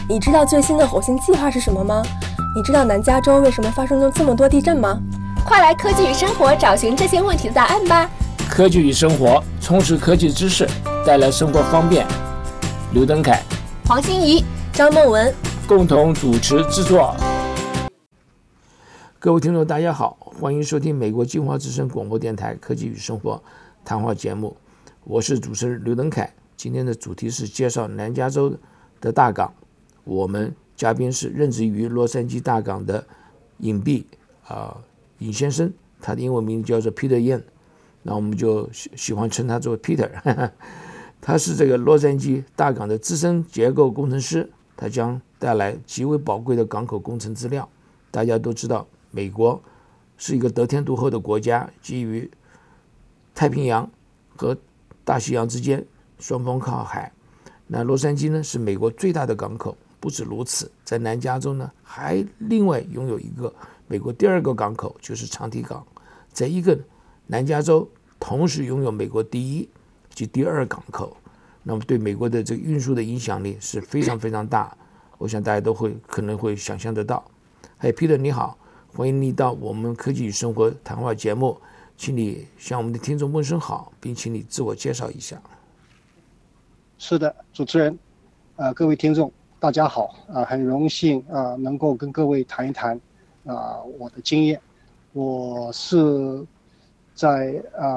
你知道最新的火星计划是什么吗？你知道南加州为什么发生了这么多地震吗？ 快来科技与生活找寻这些问题的答案吧！ 科技与生活，充实科技知识，带来生活方便。刘登凯、 黄欣怡、 张梦文共同主持制作。各位听众大家好，欢迎收听美国金华之声广播电台科技与生活谈话节目，我是主持人刘登凯。今天的主题是介绍南加州的大港，我们嘉宾是任职于洛杉矶大港的尹碧尹先生，他的英文名字叫做 Peter Yan， 那我们就喜欢称他做 Peter 他是这个洛杉矶大港的资深结构工程师，他将带来极为宝贵的港口工程资料。大家都知道美国是一个得天独厚的国家，基于太平洋和大西洋之间双方靠海，那洛杉矶呢是美国最大的港口。不止如此，在南加州呢还另外拥有一个美国第二个港口，就是长堤港。在一个南加州同时拥有美国第一及第二港口，那么对美国的这个运输的影响力是非常非常大，我想大家都可能会想象得到。Peter 你好，欢迎你到我们科技与生活谈话节目，请你向我们的听众问声好，并请你自我介绍一下。 是的，主持人，各位听众大家好，很荣幸能够跟各位谈一谈我的经验。我是在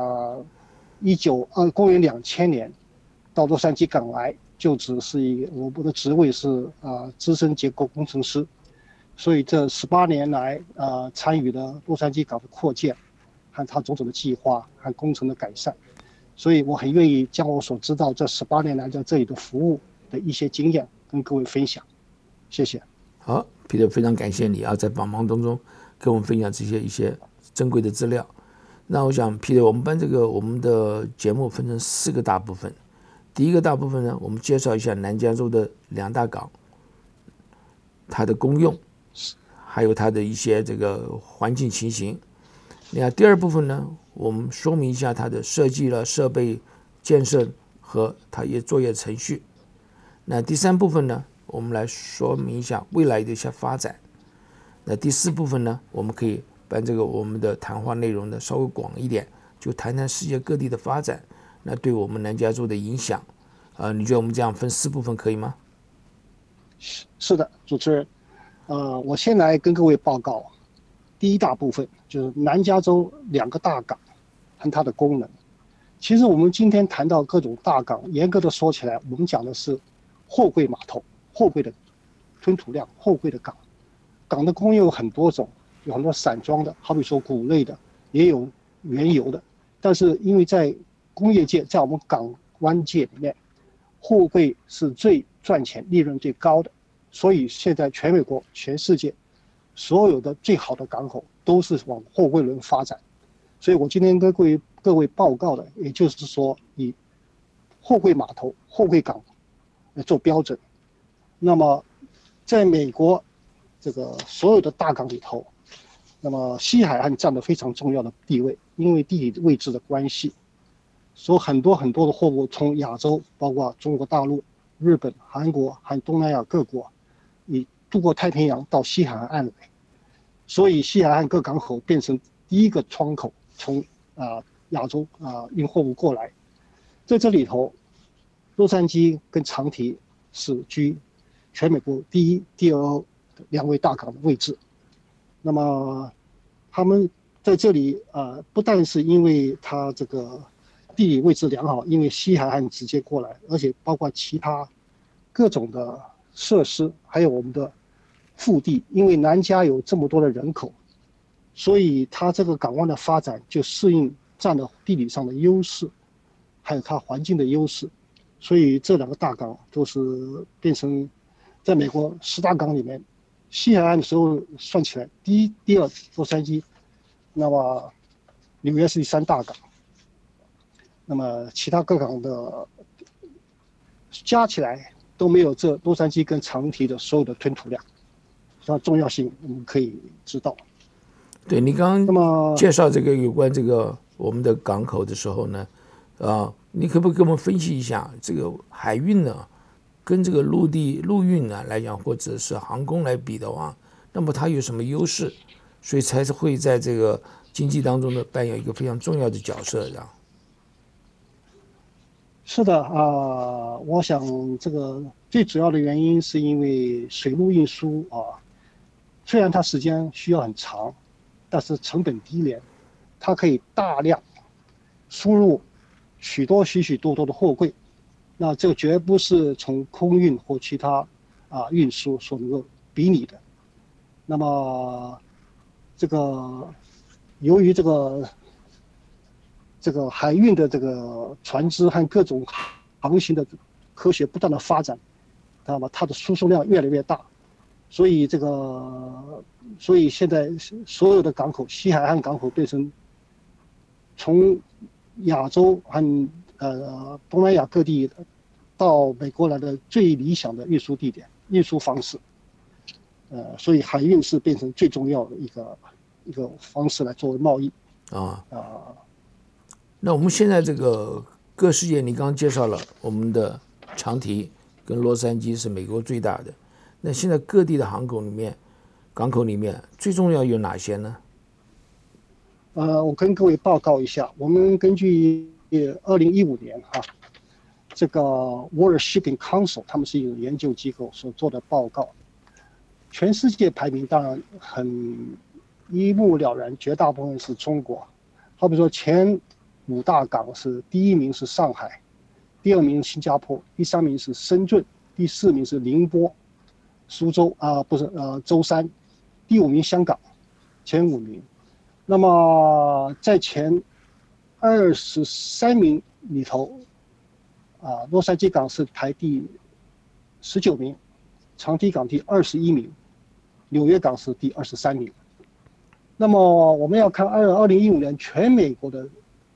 公元2000年到洛杉矶港来就职，我的职位是资深结构工程师，所以这18年来参与了洛杉矶港的扩建和它种种的计划和工程的改善，所以我很愿意将我所知道这18年来在这里的服务的一些经验跟各位分享，谢谢。 好，Peter，非常感谢你在帮忙当中跟我们分享这些一些珍贵的资料。那我想 Peter， 我们把我们的节目分成4个大部分。第一个大部分呢，我们介绍一下南加州的2大港，它的功用，还有它的一些这个环境情形。那第二部分呢，我们说明一下它的设计了设备建设和它的作业程序。那第3部分呢，我们来说明一下未来的一些发展。那第4部分呢，我们可以把我们的谈话内容呢稍微广一点，就谈谈世界各地的发展，那对我们南加州的影响。你觉得我们这样分4部分可以吗？ 是的，主持人，我先来跟各位报告，第一大部分就是南加州2个大港和它的功能。其实我们今天谈到各种大港，严格的说起来，我们讲的是货柜码头、货柜的吞吐量、货柜的港。港的功用有很多种，有很多散装的，好比说谷类的，也有原油的。但是因为在工业界，在我们港湾界里面，货柜是最赚钱、利润最高的，所以现在全美国、全世界所有的最好的港口都是往货柜轮发展。所以我今天跟各位报告的，也就是说以货柜码头、货柜港来做标准。那么在美国这个所有的大港里头，那么西海岸占了非常重要的地位，因为地理位置的关系，所以很多的货物从亚洲，包括中国大陆、日本、韩国和东南亚各国，你渡过太平洋到西海岸来，所以西海岸各港口变成第一个窗口，从亚洲运货物过来。在这里头，洛杉矶跟长堤是居全美国第一、第二2位大港的位置。那么他们在这里不但是因为它这个地理位置良好，因为西海岸直接过来，而且包括其他各种的设施，还有我们的腹地，因为南加有这么多的人口，所以它这个港湾的发展就适应占了地理上的优势，还有它环境的优势，所以这2个大港都是变成在美国10大港里面，西海岸的时候算起来第一、第二洛杉矶，那么纽约是第3大港，那么其他各港的加起来都没有这洛杉矶跟长堤的所有的吞吐量，它重要性我们可以知道。 对，你刚刚介绍有关我们的港口的时候呢，你可不可以给我们分析一下这个海运呢？ 跟这个陆运呢来讲，或者是航空来比的话，那么它有什么优势？所以才是会在这个经济当中呢扮演一个非常重要的角色，这样。 是的我想这个最主要的原因是因为水路运输虽然它时间需要很长，但是成本低廉，它可以大量输入许许多的货柜，那这个绝不是从空运或其他运输所能够比拟的。那么这个由于这个海运的这个船只和各种航行的科学不断的发展，那么它的输送量越来越大，所以现在所有的港口，西海岸港口变成从亚洲和东南亚各地到美国来的最理想的运输地点、运输方式。所以海运是变成最重要的一个方式来作为贸易那我们现在这个各世界，你刚刚介绍了我们的长堤跟洛杉矶是美国最大的，那现在各地的港口里面最重要有哪些呢？ 我跟各位报告一下，我们根据2015年这个 World Shipping Council 他们是一个研究机构所做的报告，全世界排名当然很一目了然，绝大部分是中国。好比说前5大港是第1名是上海，第2名新加坡，第3名是深圳，第4名是宁波、苏州舟山，第5名香港，前5名。那么在前23名里头洛杉矶港是排第19名，长堤港第21名，纽约港是第23名。那么我们要看2015年全美国的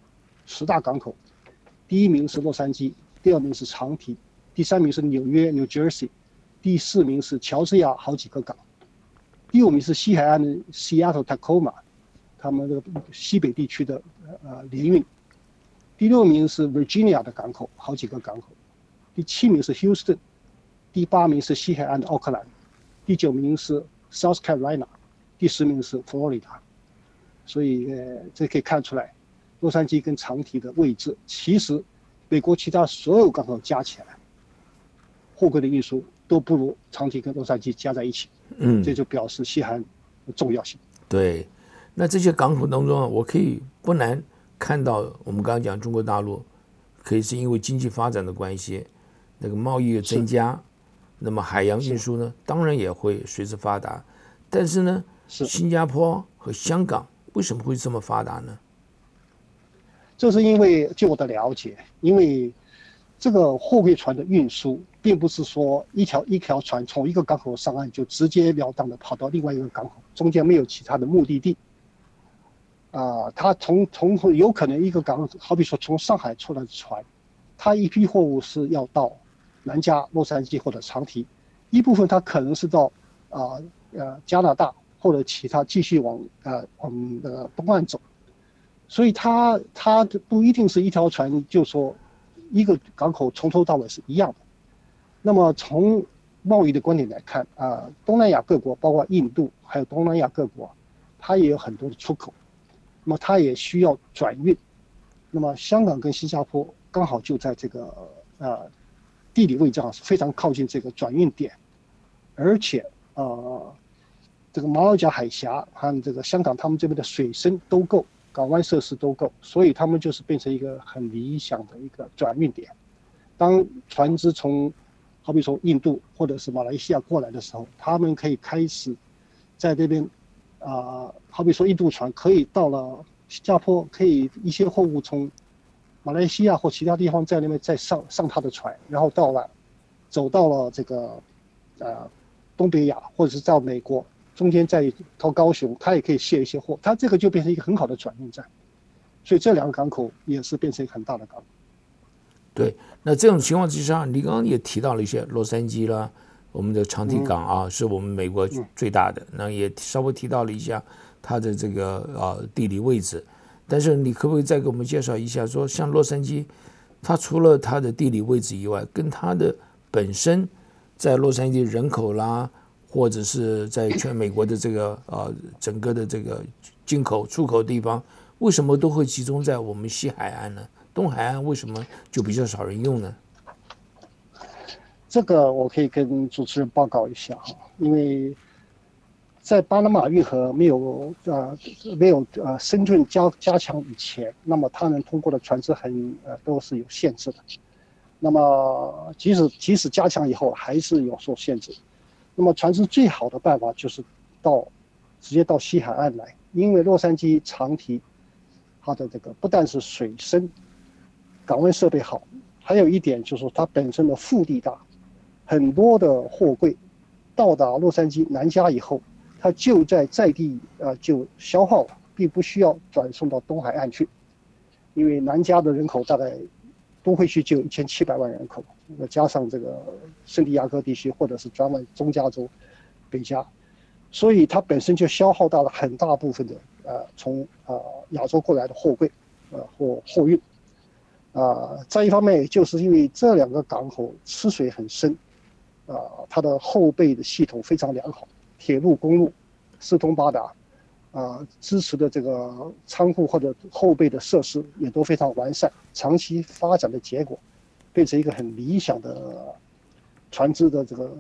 10大港口，第1名是洛杉矶，第2名是长堤，第3名是纽约 New Jersey， 第4名是乔治亚好几个港，第5名是西海岸的 Seattle Tacoma， 他们这个西北地区的联运，第6名是 Virginia 的港口，好几个港口，第7名是 Houston， 第8名是西海岸的奥克兰，第9名是 South Carolina， 第10名是佛罗里达。所以这可以看出来，洛杉矶跟长堤的位置，其实美国其他所有港口加起来，货柜的运输都不如长堤跟洛杉矶加在一起。这就表示西海岸的重要性。 对，那这些港口当中，我可以不难看到，我们刚刚讲中国大陆，可以是因为经济发展的关系，那个贸易的增加，那么海洋运输呢，当然也会随之发达。但是呢，新加坡和香港为什么会这么发达呢？ 这是因为据我的了解，因为这个货柜船的运输，并不是说一条船从一个港口上岸就直截了当的跑到另外一个港口，中间没有其他的目的地。它有可能一个港口，好比说从上海出来的船，它一批货物是要到南加、洛杉矶或者长堤，一部分它可能是到加拿大或者其他继续往东岸走，所以它不一定是一条船，就说一个港口从头到尾是一样的。那么从贸易的观点来看东南亚各国，包括印度还有东南亚各国，它也有很多的出口，那么它也需要转运。那么香港跟新加坡刚好就在这个地理位置上是非常靠近这个转运点，而且这个马六甲海峡和这个香港他们这边的水深都够，港湾设施都够，所以他们就是变成一个很理想的一个转运点。当船只好比从印度或者是马来西亚过来的时候，他们可以开始在这边好比说印度船可以到了新加坡，可以一些货物从马来西亚或其他地方在那边再上他的船，然后走到了这个东北亚或者是到美国，中间再到高雄，它也可以卸一些货，它这个就变成一个很好的转运站。所以这2个港口也是变成一个很大的港口。 对，那这种情况之下，你刚刚也提到了一些洛杉矶啦，我们的长堤港是我们美国最大的，那也稍微提到了一下它的这个地理位置。但是你可不可以再给我们介绍一下，说像洛杉矶，它除了它的地理位置以外，跟它的本身在洛杉矶人口啦，或者是在全美国的这个整个的这个进口出口地方，为什么都会集中在我们西海岸呢？东海岸为什么就比较少人用呢？ 这个我可以跟主持人报告一下哈，因为在巴拿马运河没有深圳加强以前，那么它能通过的船只都是有限制的。那么即使加强以后，还是有所限制。那么船只最好的办法就是直接到西海岸来，因为洛杉矶长堤它的这个不但是水深、港湾设备好，还有一点就是它本身的腹地大，很多的货柜到达洛杉矶南加以后，它就在地就消耗了，并不需要转送到东海岸去，因为南加的人口大概都会区就有1700万人口，加上这个圣地亚哥地区或者是专门中加州、北加，所以它本身就消耗到了很大部分的从亚洲过来的货柜或货运再一方面，也就是因为这两个港口吃水很深它的后备的系统非常良好，铁路、公路四通八达支持的这个仓库或者后备的设施也都非常完善，长期发展的结果，变成一个很理想的船只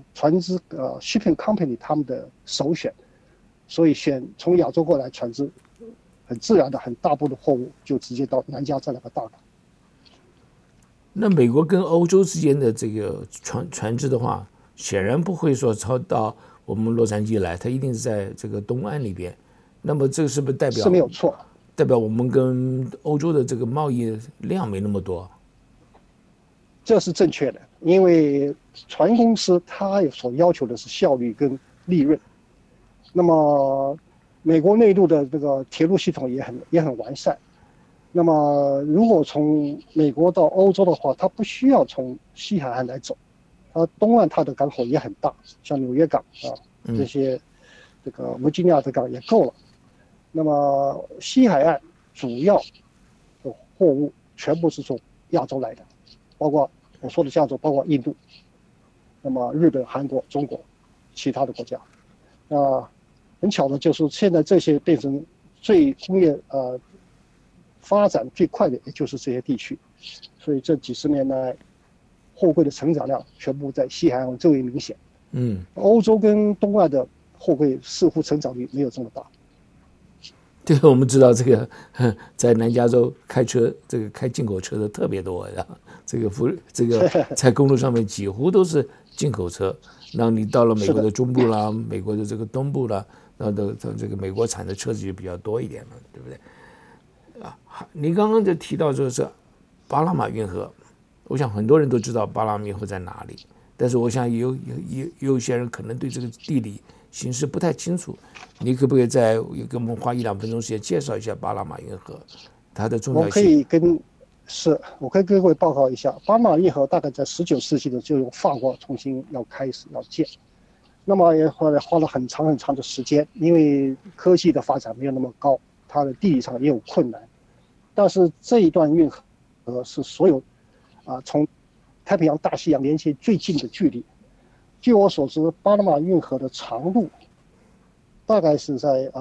shipping company 他们的首选，所以从亚洲过来船只，很自然的很大部分的货物就直接到南加这两个大港。 那美国跟欧洲之间的这个船只的话，显然不会说超到我们洛杉矶来，它一定是在这个东岸里边。那么这个是不是代表是没有错？ 代表我们跟欧洲的这个贸易量没那么多？ 这是正确的，因为船公司它所要求的是效率跟利润。那么美国内陆的这个铁路系统也很完善。那么如果从美国到欧洲的话，它不需要从西海岸来走，它东岸它的港口也很大，像纽约港这些这个维吉尼亚的港也够了。那么西海岸主要的货物全部是从亚洲来的，包括我说的亚洲，包括印度，那么日本、韩国、中国，其他的国家。很巧的就是现在这些变成最工业发展最快的，也就是这些地区。所以这几十年来，货柜的成长量全部在西海岸最为明显。欧洲跟东岸的货柜似乎成长率没有这么大。 对，我们知道这个在南加州开进口车的特别多，这个在公路上面几乎都是进口车。那你到了美国的中部啦，美国的这个东部啦，那这个美国产的车子就比较多一点了，对不对？你刚刚就提到就是巴拿马运河，我想很多人都知道巴拿马运河在哪里，但是我想有一些人可能对这个地理形势不太清楚，你可不可以给我们花1-2分钟时间介绍一下巴拿马运河它的重要性？ 我可以跟各位报告一下，巴拿马运河大概在19世纪的就用法国重新要建，那么也花了很长的时间，因为科技的发展没有那么高，它的地理上也有困难。但是这一段运河是所有从太平洋、大西洋连接最近的距离。据我所知，巴拿马运河的长度大概是在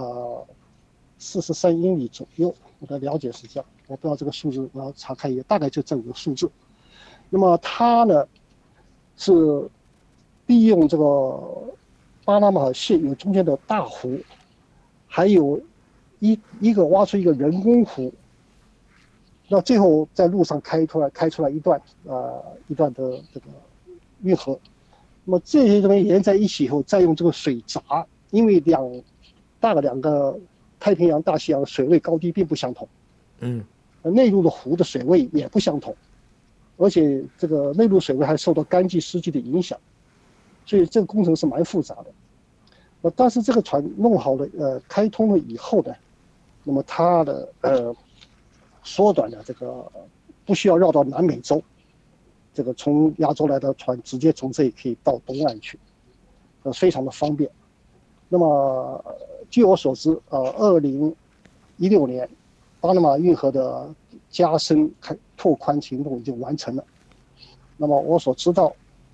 43英里左右，我的了解是这样，我不知道这个数字，我要查看一下，大概就这个数字。那么它呢是利用这个巴拿马现有中间的大湖，还有一个挖出一个人工湖，那最后在路上开出来一段的这个运河。那么这些东西连在一起以后，再用这个水闸，因为两个太平洋、大西洋水位高低并不相同，内陆的湖的水位也不相同，而且这个内陆水位还受到干季湿季的影响，所以这个工程是蛮复杂的。但是这个船弄好了，开通了以后呢，那么它的缩短了这个不需要绕到南美洲。这个从亚洲来的船直接从这里可以到东岸去，非常的方便。那么据我所知，2016年巴拿马运河的加深拓宽行动已经完成了。那么我所知道，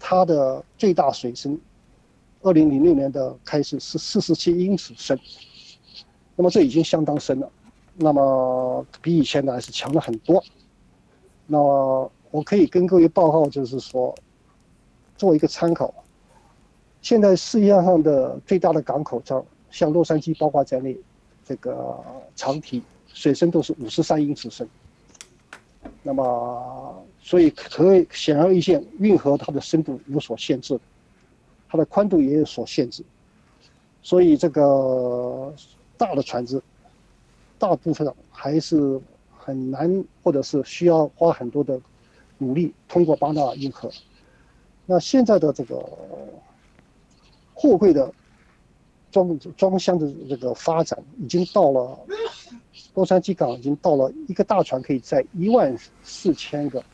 它的最大水深2006年的开始是47英尺深，那么这已经相当深了，那么比以前的还是强了很多。那么我可以跟各位报告，就是说做一个参考，现在世界上的最大的港口像洛杉矶包括在内，这个长堤水深都是53英尺深。那么所以可以显而易见，运河它的深度有所限制，它的宽度也有所限制，所以这个大的船只大部分还是很难，或者是需要花很多的努力通过巴拿马运河。那现在的这个货柜的装箱的这个发展，已经到了洛杉矶港，已经到了一个大船可以载14000个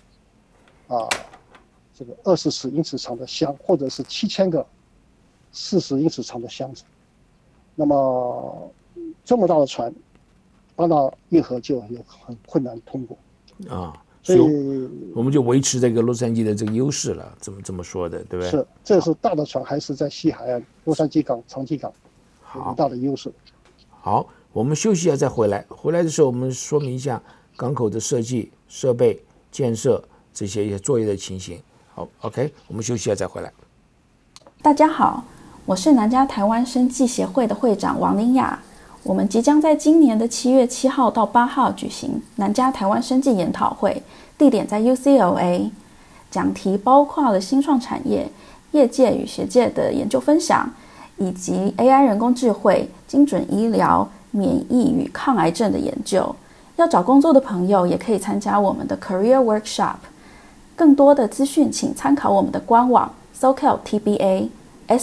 这个20英尺长的箱，或者是7000个40英尺长的箱子。那么这么大的船，巴拿运河就有很困难通过所以我们就维持这个洛杉矶的这个优势了，这么说的，对不对？ 是，这是大的船还是在西海岸洛杉矶港、长崎港有很大的优势。 好，我们休息一下再回来。回来的时候，我们说明一下港口的设计、设备、建设这些一些作业的情形。好 ，OK， 我们休息一下再回来。 大家好，我是南加台湾生技协会的会长王琳雅。我们即将在今年的7月7号到8号举行南加台湾生技研讨会，地点在 UCLA， 讲题包括了新创产业、业界与学界的研究分享，以及 AI 人工智慧、精准医疗、免疫与抗癌症的研究。要找工作的朋友也可以参加我们的 Career Workshop。更多的资讯请参考我们的官网 SoCal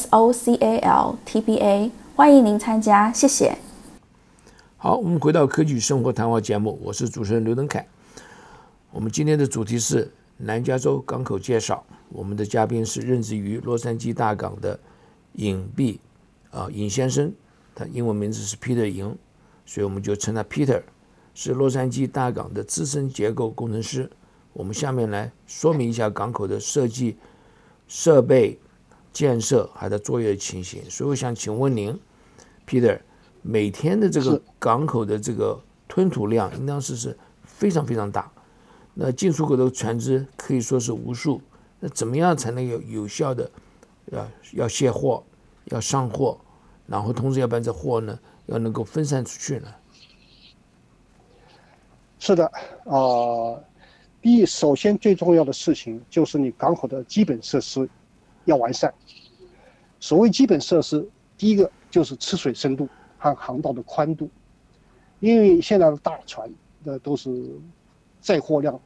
TBA， 欢迎您参加，谢谢。 好，我们回到科技与生活谈话节目，我是主持人刘登凯。我们今天的主题是南加州港口介绍，我们的嘉宾是任职于洛杉矶大港的尹先生，他英文名字是 Peter 尹，所以我们就称他 Peter， 是洛杉矶大港的资深结构工程师。我们下面来说明一下港口的设计、设备、建设还有作业的情形。所以我想请问您 Peter，每天的这个港口的这个吞吐量应当是非常非常大，那进出口的船只可以说是无数，那怎么样才能有效的要卸货、要上货，然后同时要把这货呢要能够分散出去呢？ 是的第一，首先最重要的事情就是你港口的基本设施要完善。所谓基本设施，第一个就是吃水深度和航道的宽度，因为现在的大船的都是载货量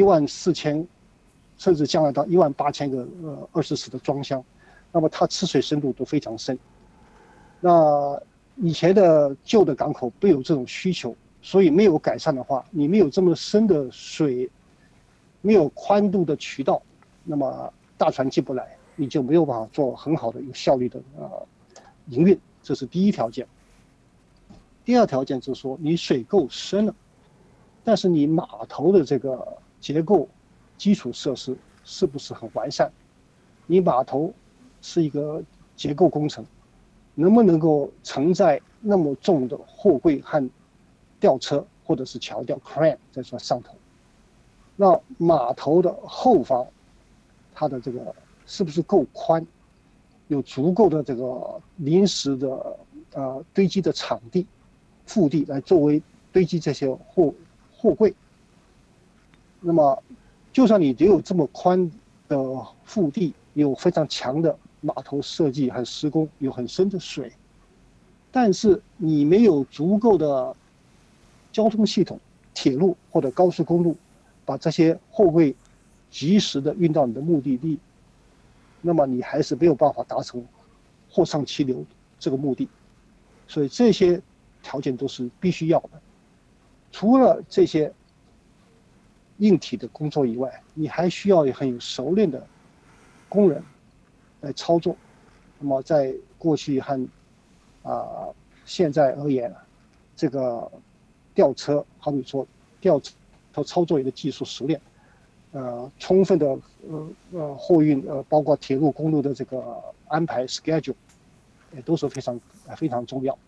14000，甚至将来到18000个20尺的装箱，那么它吃水深度都非常深。那以前的旧的港口没有这种需求，所以没有改善的话，你没有这么深的水，没有宽度的渠道，那么大船进不来，你就没有办法做很好的有效率的营运，这是第一条件。第二条件就是说，你水够深了，但是你码头的这个结构基础设施是不是很完善？你码头是一个结构工程，能不能够承载那么重的货柜和吊车或者是桥吊 crane 在这上头？那码头的后方，它的这个是不是够宽？有足够的这个临时的堆积的场地、腹地来作为堆积这些货柜。那么，就算你只有这么宽的腹地，有非常强的码头设计和施工，有很深的水，但是你没有足够的交通系统、铁路或者高速公路，把这些货柜及时的运到你的目的地，那么你还是没有办法达成货上其流这个目的。所以这些条件都是必须要的。除了这些硬体的工作以外，你还需要很有熟练的工人来操作。那么在过去和现在而言，这个吊车，好比说吊车操作员的技术熟练， 充分的货运包括铁路公路的这个安排 schedule 也都是非常重要。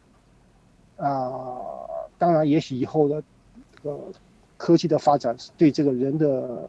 当然也许以后的这个科技的发展对这个人的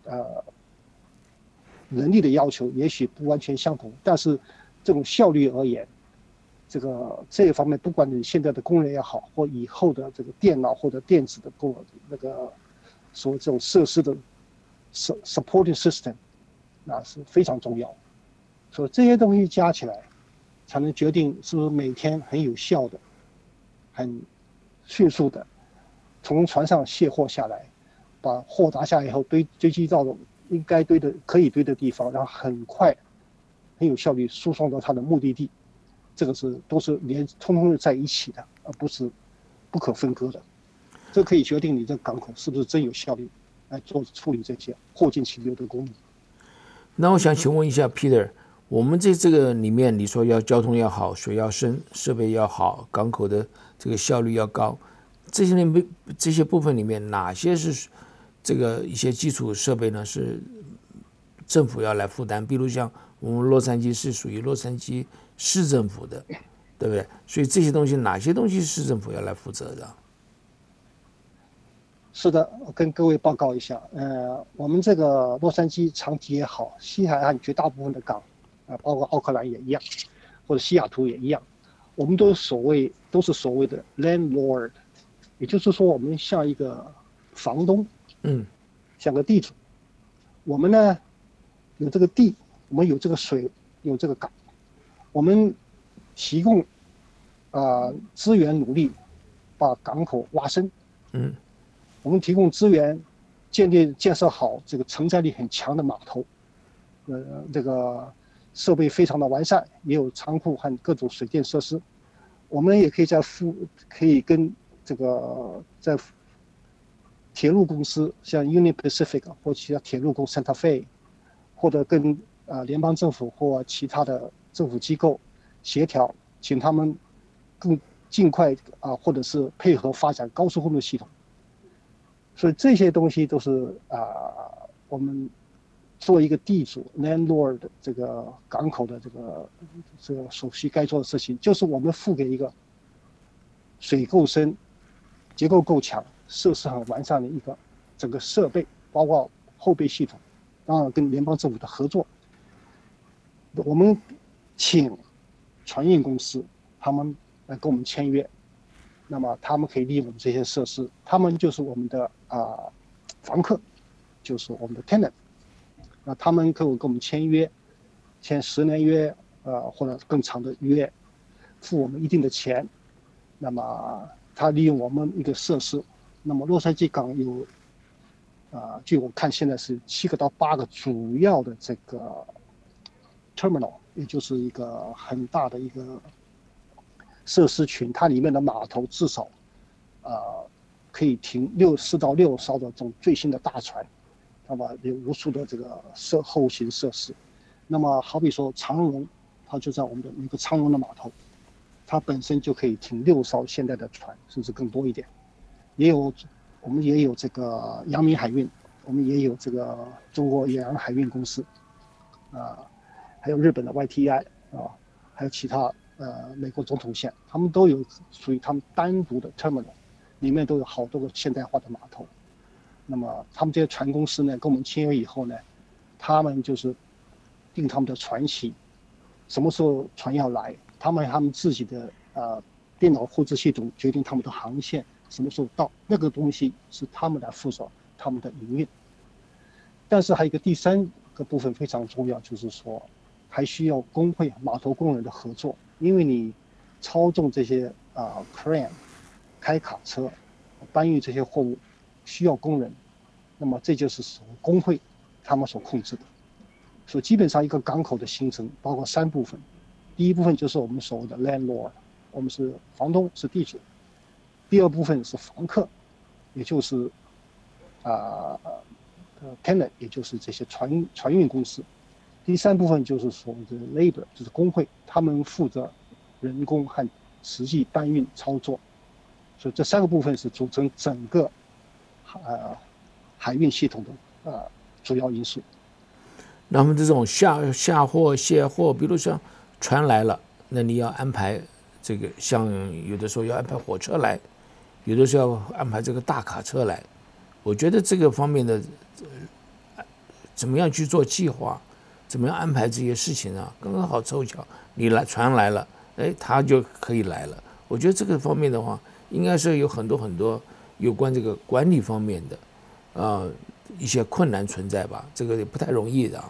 能力的要求也许不完全相同，但是这种效率而言，这一方面，不管你现在的工人也好，或以后的这个电脑或者电子的那个所谓这种设施的 supporting system， 那是非常重要。所以这些东西加起来，才能决定是不是每天很有效的、很迅速的从船上卸货下来，把货砸下来以后堆积到应该堆的可以堆的地方，然后很快、很有效率输送到它的目的地。这个都是通通是在一起的，而不是不可分割的。这可以决定你这港口是不是真有效率来处理这些货进其流的功能。 那我想请问一下 Peter， 我们这个里面你说要交通要好，水要深，设备要好，港口的这个效率要高，这些部分里面哪些是这个一些基础设备呢？是政府要来负担？比如像我们洛杉矶是属于洛杉矶市政府的，对不对？所以这些东西哪些东西是市政府要来负责的？ 是的，我跟各位报告一下，我们这个洛杉矶长堤也好，西海岸绝大部分的港，包括奥克兰也一样，或者西雅图也一样，我们都是所谓的 landlord， 也就是说我们像一个房东，像个地主，我们呢有这个地，我们有这个水，有这个港，我们提供资源努力把港口挖深，我们提供资源建设好这个承载力很强的码头，这个设备非常的完善，也有仓库和各种水电设施。我们也可以跟这个在铁路公司像 Union Pacific 或其他铁路公司 Santa Fe， 或者跟联邦政府或其他的政府机构协调，请他们更尽快或者是配合发展高速公路系统。所以这些东西都是我们做一个地主 landlord 这个港口的这个所需该做的事情，就是我们付给一个水够深、结构够强、设施很完善的一个整个设备，包括后备系统，当然跟联邦政府的合作。我们请船运公司他们来跟我们签约，那么他们可以利用我们这些设施，他们就是我们的房客，就是我们的 tenant。那他们可以跟我们签约，签10年约，或者更长的约，付我们一定的钱。那么他利用我们一个设施，那么洛杉矶港有，据我看现在是7个到8个主要的这个 terminal， 也就是一个很大的一个设施群，它里面的码头至少，可以停4到6艘的这种最新的大船，那么有无数的这个后勤设施。那么好比说长荣，它就在我们的一个长荣的码头，它本身就可以停6艘现代的船，甚至更多一点。我们也有这个阳明海运，我们也有这个中国远洋海运公司，还有日本的 YTI 还有其他美国总统线，他们都有属于他们单独的 terminal， 里面都有好多个现代化的码头。那么他们这些船公司呢，跟我们签约以后呢，他们就是定他们的船期，什么时候船要来，他们自己的电脑绘制系统决定他们的航线什么时候到，那个东西是他们来负责他们的营运。但是还有一个第3个部分非常重要，就是说还需要工会码头工人的合作，因为你操纵这些crane 开卡车搬运这些货物需要工人，那么这就是工会他们所控制的。所以基本上一个港口的形成包括3部分，第一部分就是我们所谓的 landlord， 我们是房东，是地主；第2部分是房客，也就是tenant， 也就是这些船运公司；第3部分就是所谓的 labor， 就是工会，他们负责人工和实际搬运操作。所以这3个部分是组成整个海运系统的主要因素。 那么这种下货卸货，比如像船来了，那你要安排这个，像有的时候要安排火车来，有的时候要安排这个大卡车来。我觉得这个方面的怎么样去做计划，怎么样安排这些事情啊，刚刚好凑巧，你船来了，哎，他就可以来了。我觉得这个方面的话，应该是有很多有关这个管理方面的一些困难存在吧，这个也不太容易的。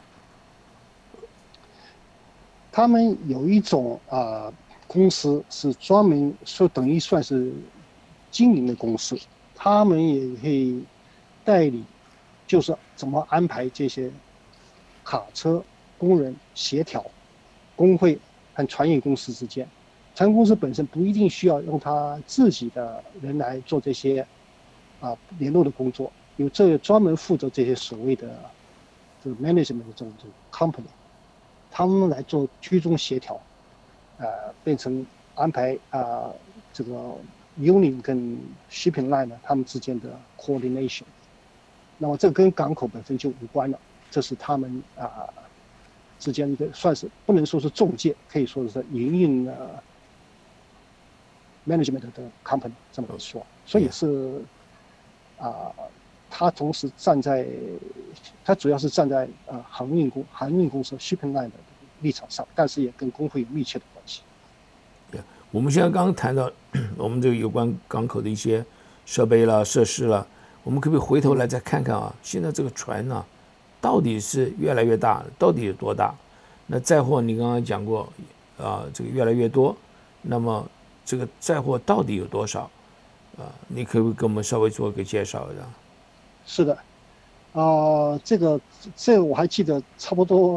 他们有一种公司是专门说等于算是经营的公司，他们也会代理，就是怎么安排这些卡车工人协调，工会和船运公司之间，船运公司本身不一定需要用他自己的人来做这些联络的工作，有这专门负责这些所谓的这个 management 的这种 company。他们来做居中协调，变成安排这个 union 跟 shipping line 呢他们之间的 coordination。那么这跟港口本身就无关了，这是他们之间的算是不能说是中介，可以说是营运management 的 company 这么说。所以是他同时他主要是站在航运公司 shipping line 的立场上，但是也跟工会有密切的关系。 对，我们现在刚刚谈到我们这个有关港口的一些设备啦、设施啦，我们可不可以回头来再看看啊？现在这个船呢，到底是越来越大，到底有多大？那载货你刚刚讲过这个越来越多，那么这个载货到底有多少？你可不可以给我们稍微做一个介绍一下？ 是的，这个我还记得差不多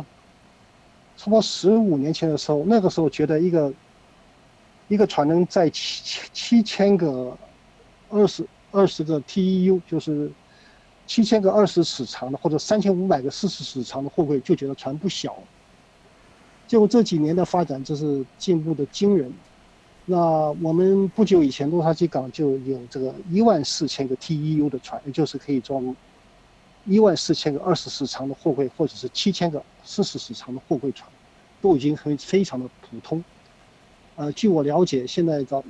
15年前的时候，那个时候觉得一个船能载7000个20个 TEU， 就是7000个20尺长的，或者3500个40尺长的货柜，就觉得船不小。结果这几年的发展，真是进步的惊人。那我们不久以前洛杉矶港就有这个14000个 TEU 的船，也就是可以装14000个20尺长的货柜，或者是7000个40尺长的货柜船，都已经非常的普通。据我了解，现在到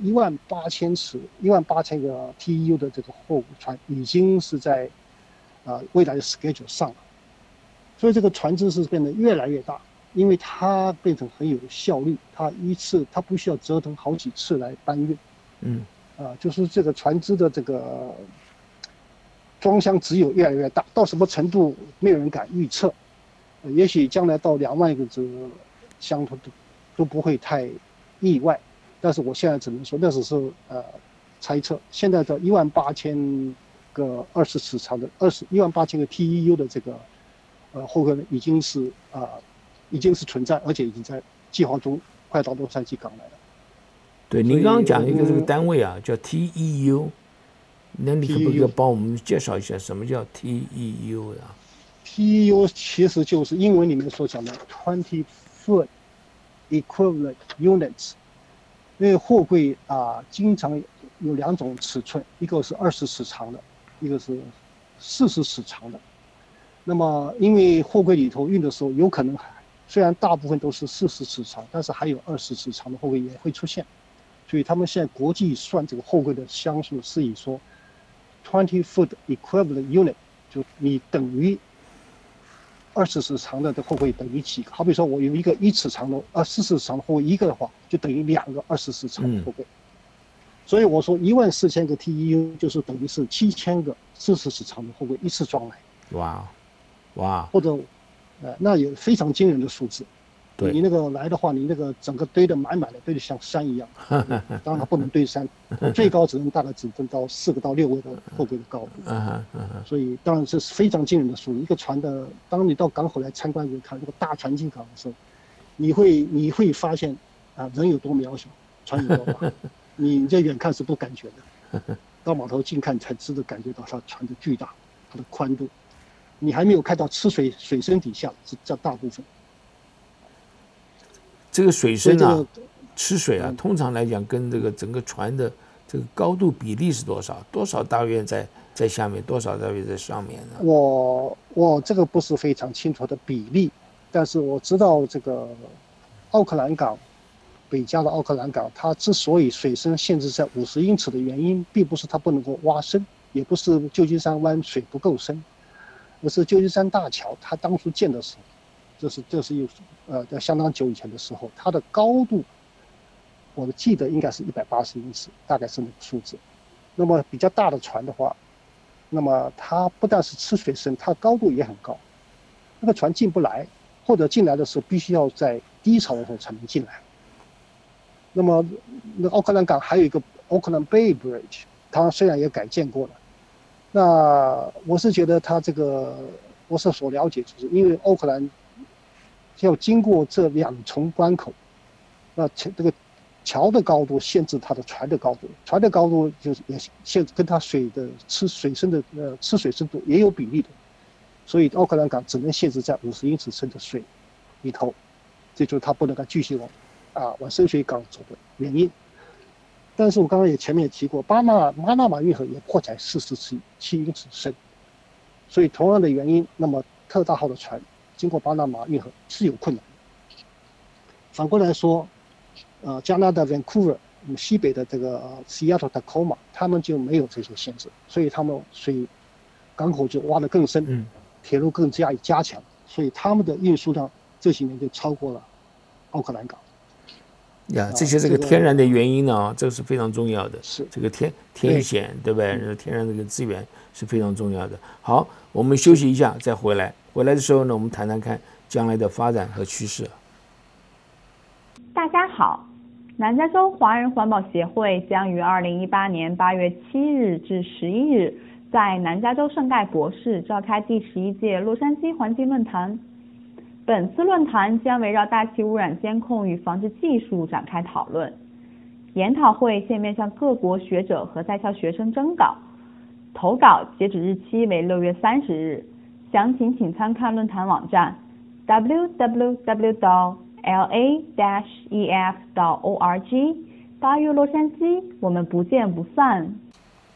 18000个 TEU 的这个货船已经是在未来的 schedule 上了。所以这个船只是变得越来越大，因为它变成很有效率，它不需要折腾好几次来搬运。就是这个船只的这个装箱只有越来越大，到什么程度没有人敢预测。也许将来到2万个这个箱都不会太意外，但是我现在只能说那只是猜测。现在的18000个20尺长的18000个 TEU 的这个货柜已经是存在，而且已经在计划中快到洛杉矶港来了。 对，您刚刚讲一个这个单位叫 TEU， 那你可不可以帮我们介绍一下什么叫 TEU 啊？ TEU 其实就是英文里面所讲的 20 foot equivalent units。因为货柜经常有2种尺寸，一个是20尺长的，一个是40尺长的。那么因为货柜里头运的时候，有可能虽然大部分都是40尺长，但是还有20尺长的货柜也会出现。所以他们现在国际算这个货柜的箱数是以说20 foot equivalent unit， 就你等于20尺长的货柜等于几个？好比说我有一个1尺长的40尺长的货柜一个的话，就等于2个20尺长的货柜。所以我说14000个 TEU 就是等于是7000个40尺长的货柜一次装来。 哇！ 或者那也非常惊人的数字。 对， 你那个来的话，你那个整个堆得满满的，堆得像山一样。当然它不能堆山，最高大概只能到4个到6个的货柜的高度。所以当然这是非常惊人的数字。一个船的，当你到港口来参观人看这个大船进港的时候，你会发现人有多渺小，船有多大，你这远看是不感觉的，到码头近看才感觉到它船的巨大，它的宽度。你还没有看到水深底下是这大部分。 这个水深吃水通常来讲跟这个整个船的这个高度比例是多少？多少大院在下面，多少大院在上面呢？ 我这个不是非常清楚的比例，但是我知道这个奥克兰港北加的奥克兰港，它之所以水深限制在50英尺的原因，并不是它不能够挖深，也不是旧金山湾水不够深，而是旧金山大桥它当初建的时候，这是相当久以前的时候，它的高度我记得应该是180英尺，大概是那个数字。那么比较大的船的话，那么它不但是吃水深，它高度也很高，那个船进不来，或者进来的时候必须要在低潮的时候才能进来。那么那奥克兰港还有一个 Auckland Bay Bridge， 它虽然也改建过了，那我是觉得它这个我所了解，就是因为奥克兰要经过这2重关口，那这个桥的高度限制它的船的高度，船的高度就是也限制跟它吃水深度也有比例的，所以奥克兰港只能限制在50英尺深的水里头，这就是它不能够继续往深水港走的原因。但是我刚刚前面也提过，巴拿马运河也破载47英尺深，所以同样的原因，那么特大号的船经过巴拿马运河是有困难的。反过来说，加拿大 Vancouver 西北的这个 Seattle Tacoma， 他们就没有这些限制，所以他们港口就挖得更深，铁路更加以加强，所以他们的运输量这些年就超过了奥克兰港。 这些天然的原因呢，这个是非常重要的。 是这个天险，对不对？天然这个资源是非常重要的。好，我们休息一下再回来。回来的时候呢，我们谈谈看将来的发展和趋势。 大家好，南加州华人环保协会将于2018年8月7日至11日在南加州圣盖博士召开第11届洛杉矶环境论坛。本次论坛将围绕大气污染监控与防治技术展开讨论。研讨会现面向各国学者和在校学生征稿，投稿截止日期为6月30日。详情请参看论坛网站 www.la-ef.org。8月洛杉矶，我们不见不散。